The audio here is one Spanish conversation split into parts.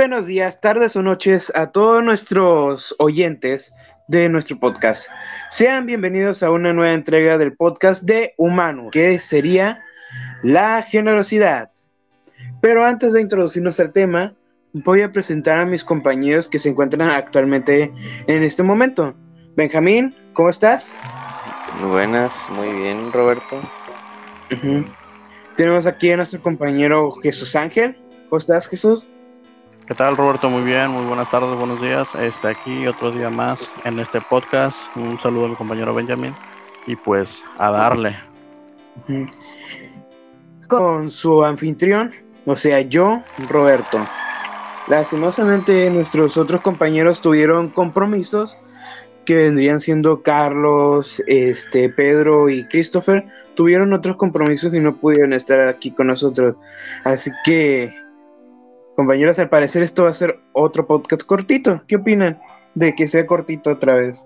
buenos días, tardes o noches a todos nuestros oyentes de nuestro podcast. Sean bienvenidos a una nueva entrega del podcast de Humano, que sería la generosidad. Pero antes de introducirnos al tema, voy a presentar a mis compañeros que se encuentran actualmente en este momento. Benjamín, ¿cómo estás? Muy buenas, muy bien, Roberto. Uh-huh. Tenemos aquí a nuestro compañero Jesús Ángel. ¿Cómo estás, Jesús? ¿Qué tal, Roberto? Muy bien, muy buenas tardes, buenos días. Aquí otro día más en este podcast. Un saludo a mi compañero Benjamín y pues a darle. Uh-huh. Con su anfitrión, o sea, yo, Roberto. Lastimosamente nuestros otros compañeros tuvieron compromisos que vendrían siendo Carlos, Pedro y Christopher. Tuvieron otros compromisos y no pudieron estar aquí con nosotros. Así que, compañeros, al parecer esto va a ser otro podcast cortito. ¿Qué opinan de que sea cortito otra vez?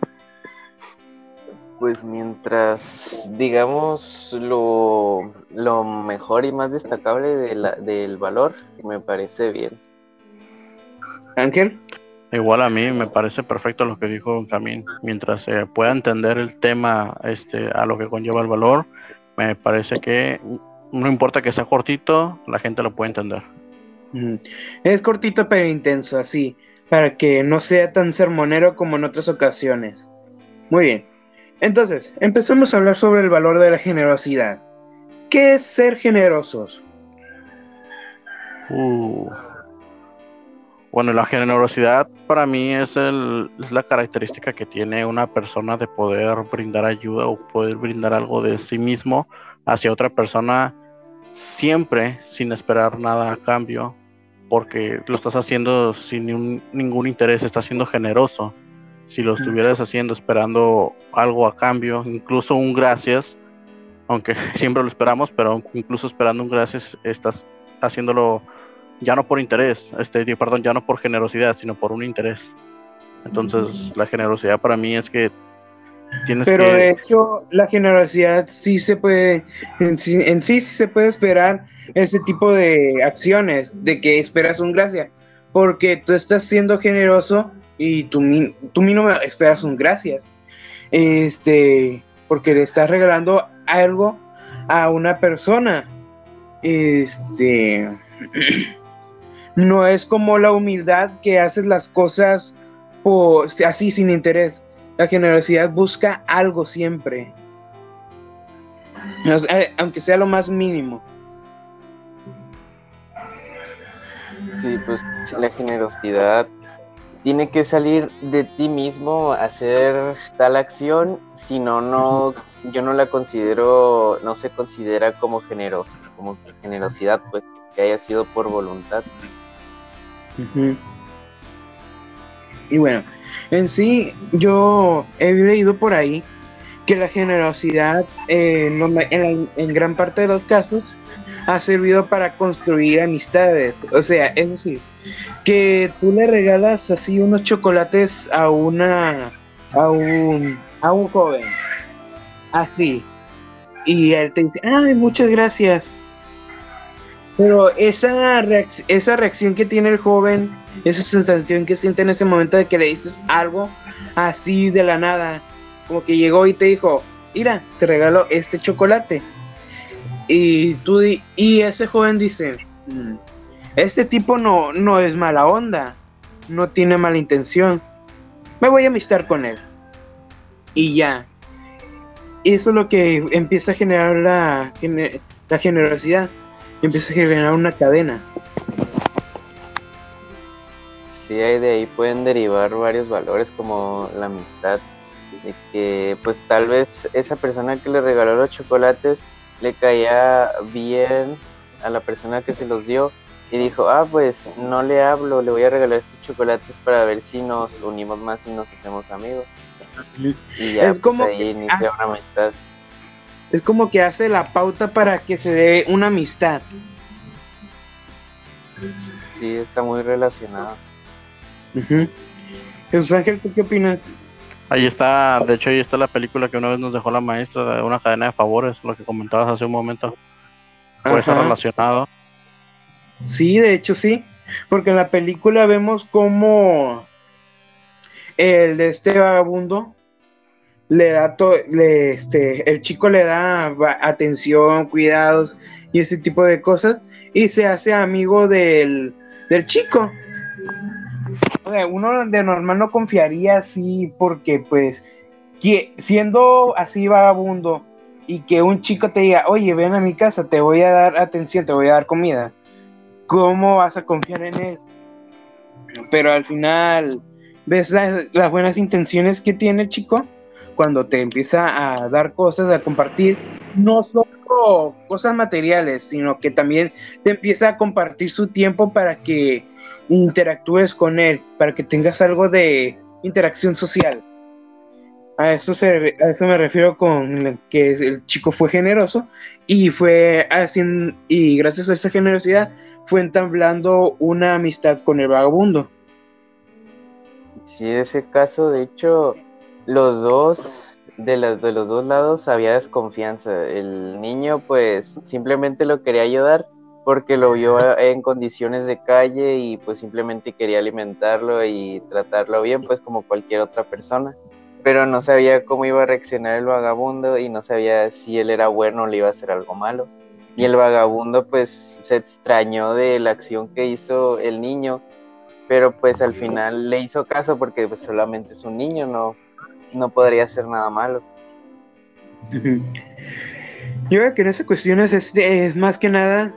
Pues mientras digamos lo mejor y más destacable del valor, me parece bien. Ángel. Igual a mí me parece perfecto lo que dijo Benjamín. Mientras se pueda entender el tema a lo que conlleva el valor, me parece que no importa que sea cortito, la gente lo puede entender. Es cortito pero intenso, así, para que no sea tan sermonero como en otras ocasiones. Muy bien. Entonces, empecemos a hablar sobre el valor de la generosidad. ¿Qué es ser generosos? Bueno, la generosidad para mí es la característica que tiene una persona de poder brindar ayuda o poder brindar algo de sí mismo hacia otra persona siempre sin esperar nada a cambio, porque lo estás haciendo sin ningún interés, estás siendo generoso. Si lo estuvieras haciendo esperando algo a cambio, incluso un gracias, aunque siempre lo esperamos, pero incluso esperando un gracias, estás haciéndolo ya no por interés, ya no por generosidad, sino por un interés. Entonces, la generosidad para mí es que tienes Pero que... de hecho, la generosidad sí se puede, en sí se puede esperar ese tipo de acciones, de que esperas un gracias, porque tú estás siendo generoso y tú mismo esperas un gracias, porque le estás regalando algo a una persona, no es como la humildad que haces las cosas así sin interés. La generosidad busca algo siempre, aunque sea lo más mínimo. Sí, pues la generosidad tiene que salir de ti mismo a hacer tal acción, si no, yo no la considero, no se considera como generoso, como generosidad, pues que haya sido por voluntad. Uh-huh. Y bueno, en sí, yo he leído por ahí que la generosidad en gran parte de los casos ha servido para construir amistades. O sea, es decir, que tú le regalas así unos chocolates a un joven, así, y él te dice, ay, muchas gracias. Pero esa reacción que tiene el joven, esa sensación que siente en ese momento de que le dices algo así de la nada, como que llegó y te dijo, mira, te regalo este chocolate. Y ese joven dice, este tipo no es mala onda, no tiene mala intención, me voy a amistar con él. Y ya. Eso es lo que empieza a generar la generosidad. Empieza a generar una cadena. Sí, de ahí pueden derivar varios valores como la amistad, de que pues tal vez esa persona que le regaló los chocolates le caía bien a la persona que se los dio y dijo, pues no le hablo, le voy a regalar estos chocolates para ver si nos unimos más y nos hacemos amigos. Y ya es como ahí inicia una amistad. Es como que hace la pauta para que se dé una amistad. Sí, está muy relacionado. Uh-huh. Jesús Ángel, ¿tú qué opinas? Ahí está la película que una vez nos dejó la maestra de una cadena de favores, lo que comentabas hace un momento. Puede ser relacionado. Sí, de hecho sí. Porque en la película vemos cómo el de este vagabundo le da el chico le da atención, cuidados y ese tipo de cosas y se hace amigo del chico. O sea, uno de normal no confiaría así porque pues siendo así vagabundo y que un chico te diga, oye, ven a mi casa, te voy a dar atención, te voy a dar comida, ¿cómo vas a confiar en él? Pero al final ves las buenas intenciones que tiene el chico cuando te empieza a dar cosas, a compartir, no solo cosas materiales, sino que también te empieza a compartir su tiempo para que interactúes con él, para que tengas algo de interacción social. A eso me refiero con que el chico fue generoso y fue haciendo, y gracias a esa generosidad fue entablando una amistad con el vagabundo. Sí, en ese caso, de hecho, los dos, de los dos lados había desconfianza. El niño pues simplemente lo quería ayudar porque lo vio en condiciones de calle y pues simplemente quería alimentarlo y tratarlo bien, pues como cualquier otra persona. Pero no sabía cómo iba a reaccionar el vagabundo y no sabía si él era bueno o le iba a hacer algo malo. Y el vagabundo pues se extrañó de la acción que hizo el niño, pero pues al final le hizo caso porque pues solamente es un niño, no podría hacer nada malo. Yo creo que en esas cuestiones es más que nada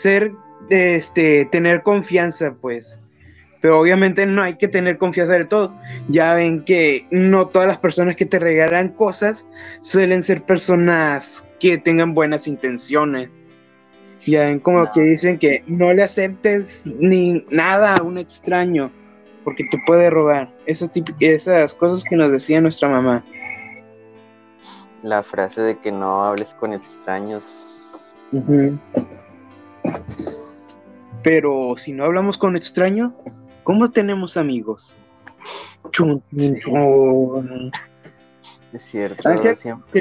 tener confianza, pues. Pero obviamente no hay que tener confianza del todo. Ya ven que no todas las personas que te regalan cosas suelen ser personas que tengan buenas intenciones. Ya ven como que dicen que no le aceptes ni nada a un extraño porque te puede robar. Esas cosas que nos decía nuestra mamá. La frase de que no hables con extraños. Uh-huh. Pero si no hablamos con extraño, ¿cómo tenemos amigos? Chun, chun, chun. Es cierto, Ángel, siempre.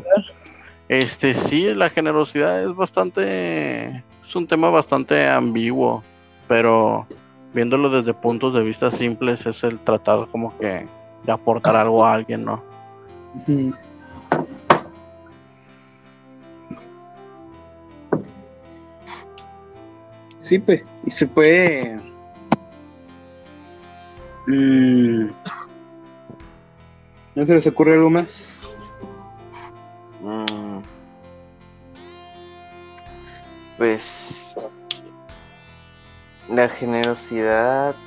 Sí, la generosidad es un tema bastante ambiguo, pero viéndolo desde puntos de vista simples es el tratar como que de aportar algo a alguien, ¿no? Uh-huh. Sí, pues, y se puede. ¿No se les ocurre algo más? Pues la generosidad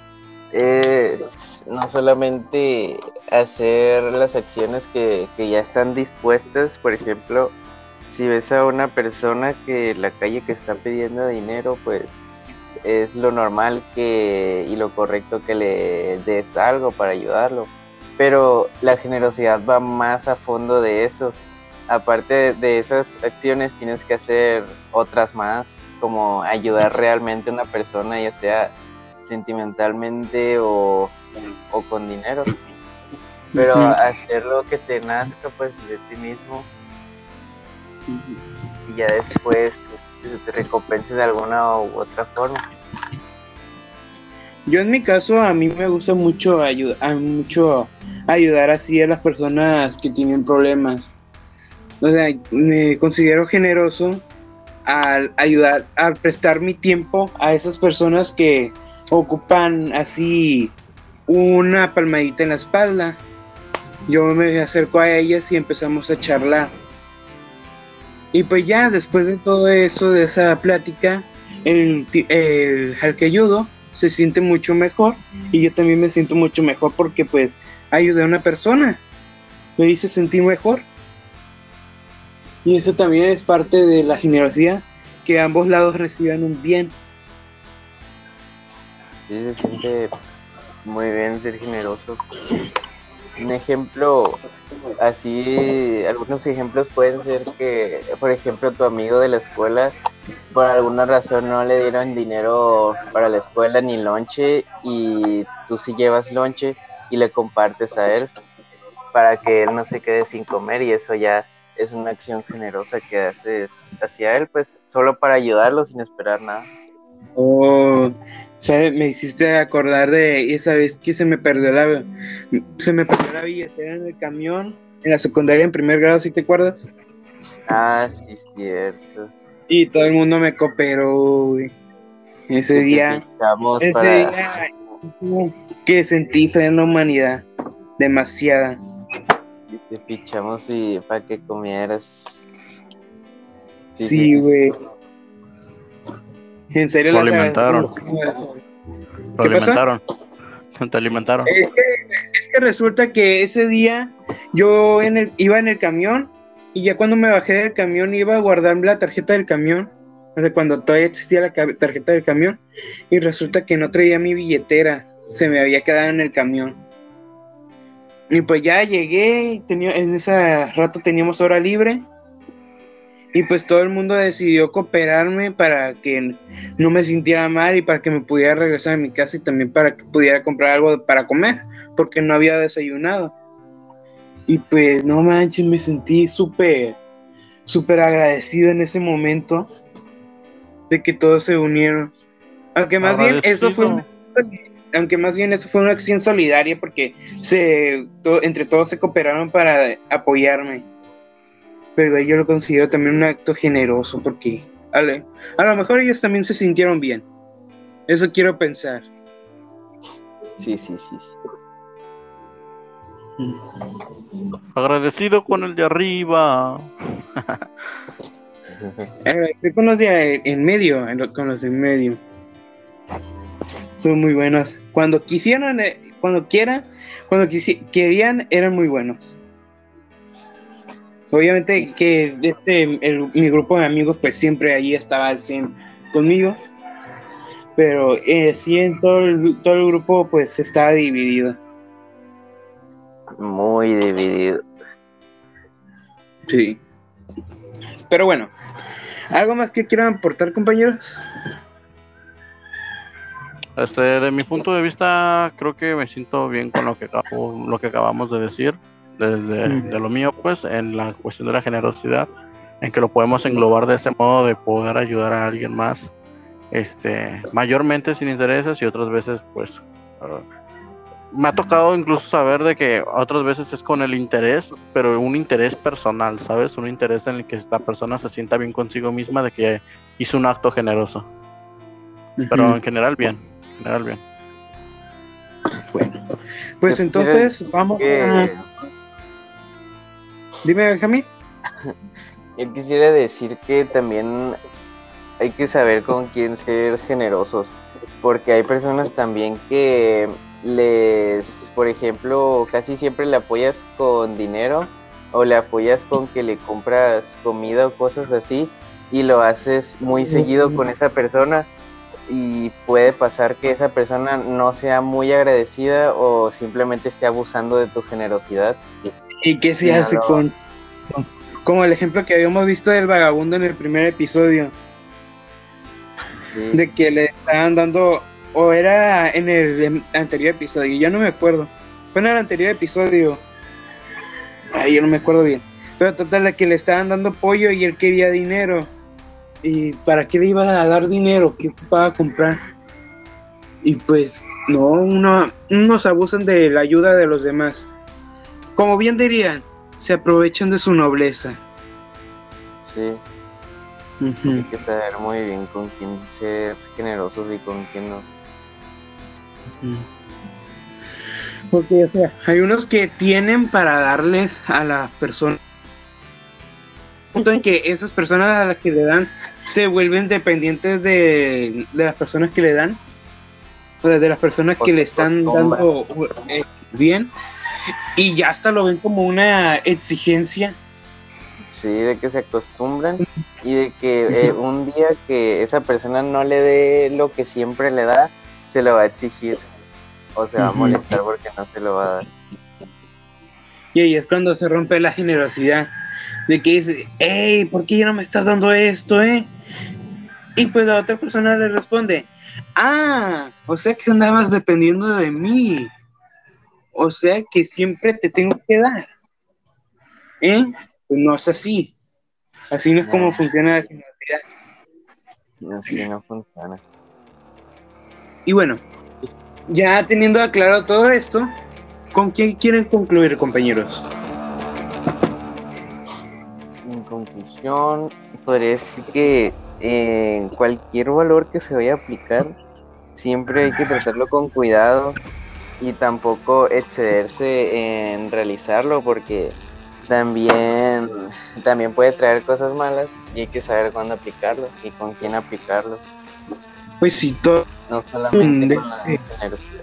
es no solamente hacer las acciones que ya están dispuestas. Por ejemplo, si ves a una persona que en la calle que está pidiendo dinero, pues es lo normal y lo correcto que le des algo para ayudarlo. Pero la generosidad va más a fondo de eso. Aparte de esas acciones, tienes que hacer otras más, como ayudar realmente a una persona, ya sea sentimentalmente o con dinero. Pero hacer lo que te nazca pues de ti mismo y ya después que te recompense de alguna u otra forma. Yo en mi caso, a mí me gusta mucho ayudar así a las personas que tienen problemas. O sea, me considero generoso al ayudar, al prestar mi tiempo a esas personas que ocupan así una palmadita en la espalda. Yo me acerco a ellas y empezamos a charlar. Y pues ya después de todo eso, de esa plática, el al que ayudo se siente mucho mejor y yo también me siento mucho mejor porque pues ayudé a una persona, me hice sentir mejor. Y eso también es parte de la generosidad, que ambos lados reciban un bien. Sí, se siente muy bien ser generoso. Un ejemplo, así, algunos ejemplos pueden ser que, por ejemplo, tu amigo de la escuela, por alguna razón no le dieron dinero para la escuela ni lonche, y tú sí llevas lonche y le compartes a él para que él no se quede sin comer, y eso ya es una acción generosa que haces hacia él, pues solo para ayudarlo sin esperar nada. Oh, ¿sabes? Me hiciste acordar de esa vez que se me perdió la billetera en el camión en la secundaria en primer grado, ¿sí te acuerdas? Ah, sí, es cierto. Y todo el mundo me cooperó, güey. Ese Que te día, fichamos ese para. día que sentí fe en la humanidad, demasiada. Que te fichamos y para que comieras. Sí, sí, Sí, sí, sí. güey. En serio, Lo las agradezco alimentaron. muchísimo. Lo ¿Qué pasó? alimentaron. Te alimentaron. Es que resulta que ese día yo iba en el camión y ya cuando me bajé del camión iba a guardar la tarjeta del camión, o sea, cuando todavía existía la tarjeta del camión, y resulta que no traía mi billetera, se me había quedado en el camión. Y pues ya llegué, en ese rato teníamos hora libre y pues todo el mundo decidió cooperarme para que no me sintiera mal y para que me pudiera regresar a mi casa y también para que pudiera comprar algo para comer, porque no había desayunado. Y pues no manches, me sentí súper agradecido en ese momento de que todos se unieron. Aunque más bien eso fue Agradecido. aunque más bien eso fue una acción solidaria porque entre todos se cooperaron para apoyarme. Pero yo lo considero también un acto generoso porque a lo mejor ellos también se sintieron bien. Eso quiero pensar. Sí, sí, sí, sí. Agradecido con el de arriba. Agradecer con los de en medio, con los de en medio. Son muy buenos. Cuando quisieron, querían, eran muy buenos. Obviamente que mi grupo de amigos pues siempre ahí estaba al 100 conmigo, pero sí en todo el grupo pues estaba dividido. Muy dividido. Sí. Pero bueno, ¿algo más que quieran aportar, compañeros? De mi punto de vista, creo que me siento bien con lo que acabamos de decir, de lo mío, pues, en la cuestión de la generosidad, en que lo podemos englobar de ese modo de poder ayudar a alguien más, mayormente sin intereses y otras veces, pues, me ha tocado incluso saber de que otras veces es con el interés, pero un interés personal, ¿sabes? Un interés en el que esta persona se sienta bien consigo misma de que hizo un acto generoso. Pero en general bien. Bueno, pues Yo entonces vamos a... Dime, Benjamín. Yo quisiera decir que también hay que saber con quién ser generosos, porque hay personas también que por ejemplo, casi siempre le apoyas con dinero o le apoyas con que le compras comida o cosas así y lo haces muy seguido con esa persona. Y puede pasar que esa persona no sea muy agradecida o simplemente esté abusando de tu generosidad. ¿Y qué se hace como el ejemplo que habíamos visto del vagabundo en el primer episodio? Sí. De que le estaban dando, o era en el anterior episodio, ya no me acuerdo. Fue en el anterior episodio. Ay, yo no me acuerdo bien. Pero total, de que le estaban dando pollo y él quería dinero. ¿Y para qué le iba a dar dinero? ¿Qué ocupaba comprar? Y pues, no, unos abusan de la ayuda de los demás. Como bien dirían, se aprovechan de su nobleza. Sí. Hay que saber muy bien con quién ser generosos y con quién no. Porque, o sea, hay unos que tienen para darles a las personas. Punto en que esas personas a las que le dan se vuelven dependientes de las personas que le dan, o de las personas que le están dando bien, y ya hasta lo ven como una exigencia. Sí, de que se acostumbran y de que un día que esa persona no le dé lo que siempre le da, se lo va a exigir o se va a molestar porque no se lo va a dar. Y ahí es cuando se rompe la generosidad, de que dice, hey, ¿por qué ya no me estás dando esto, Y pues la otra persona le responde, o sea que andabas dependiendo de mí, o sea que siempre te tengo que dar, Pues no es así no es como funciona la generosidad. Así no funciona. Y bueno, ya teniendo aclarado todo esto, ¿con quién quieren concluir, compañeros? En conclusión, podría decir que cualquier valor que se vaya a aplicar, siempre hay que tratarlo con cuidado y tampoco excederse en realizarlo, porque también puede traer cosas malas y hay que saber cuándo aplicarlo y con quién aplicarlo. Pues sí, todo, No solamente con la generosidad.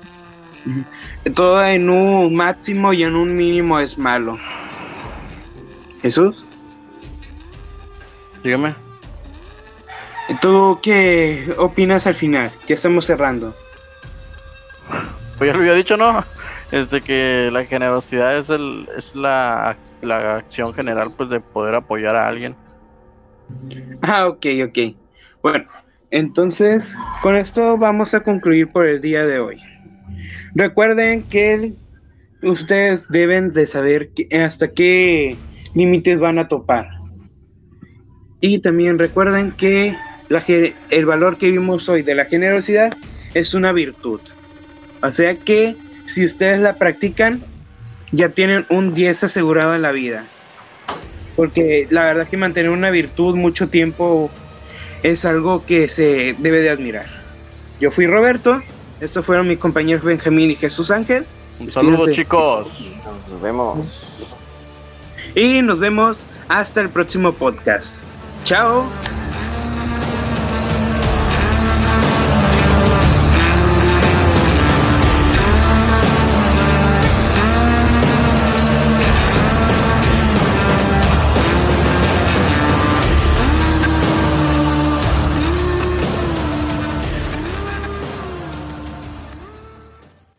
todo en un máximo y en un mínimo es malo. ¿Jesús? Dígame. ¿Tú qué opinas al final? Ya estamos cerrando. Pues ya lo había dicho, ¿no? Que la generosidad es la acción general, pues, de poder apoyar a alguien. Ok. Bueno, entonces con esto vamos a concluir por el día de hoy. Recuerden que ustedes deben de saber hasta qué límites van a topar. Y también recuerden que el valor que vimos hoy de la generosidad es una virtud. O sea que si ustedes la practican, ya tienen un 10 asegurado en la vida. Porque la verdad que mantener una virtud mucho tiempo es algo que se debe de admirar. Yo fui Roberto, estos fueron mis compañeros Benjamín y Jesús Ángel. Un saludo, Despídense. chicos. Nos vemos. Y nos vemos hasta el próximo podcast. Chao.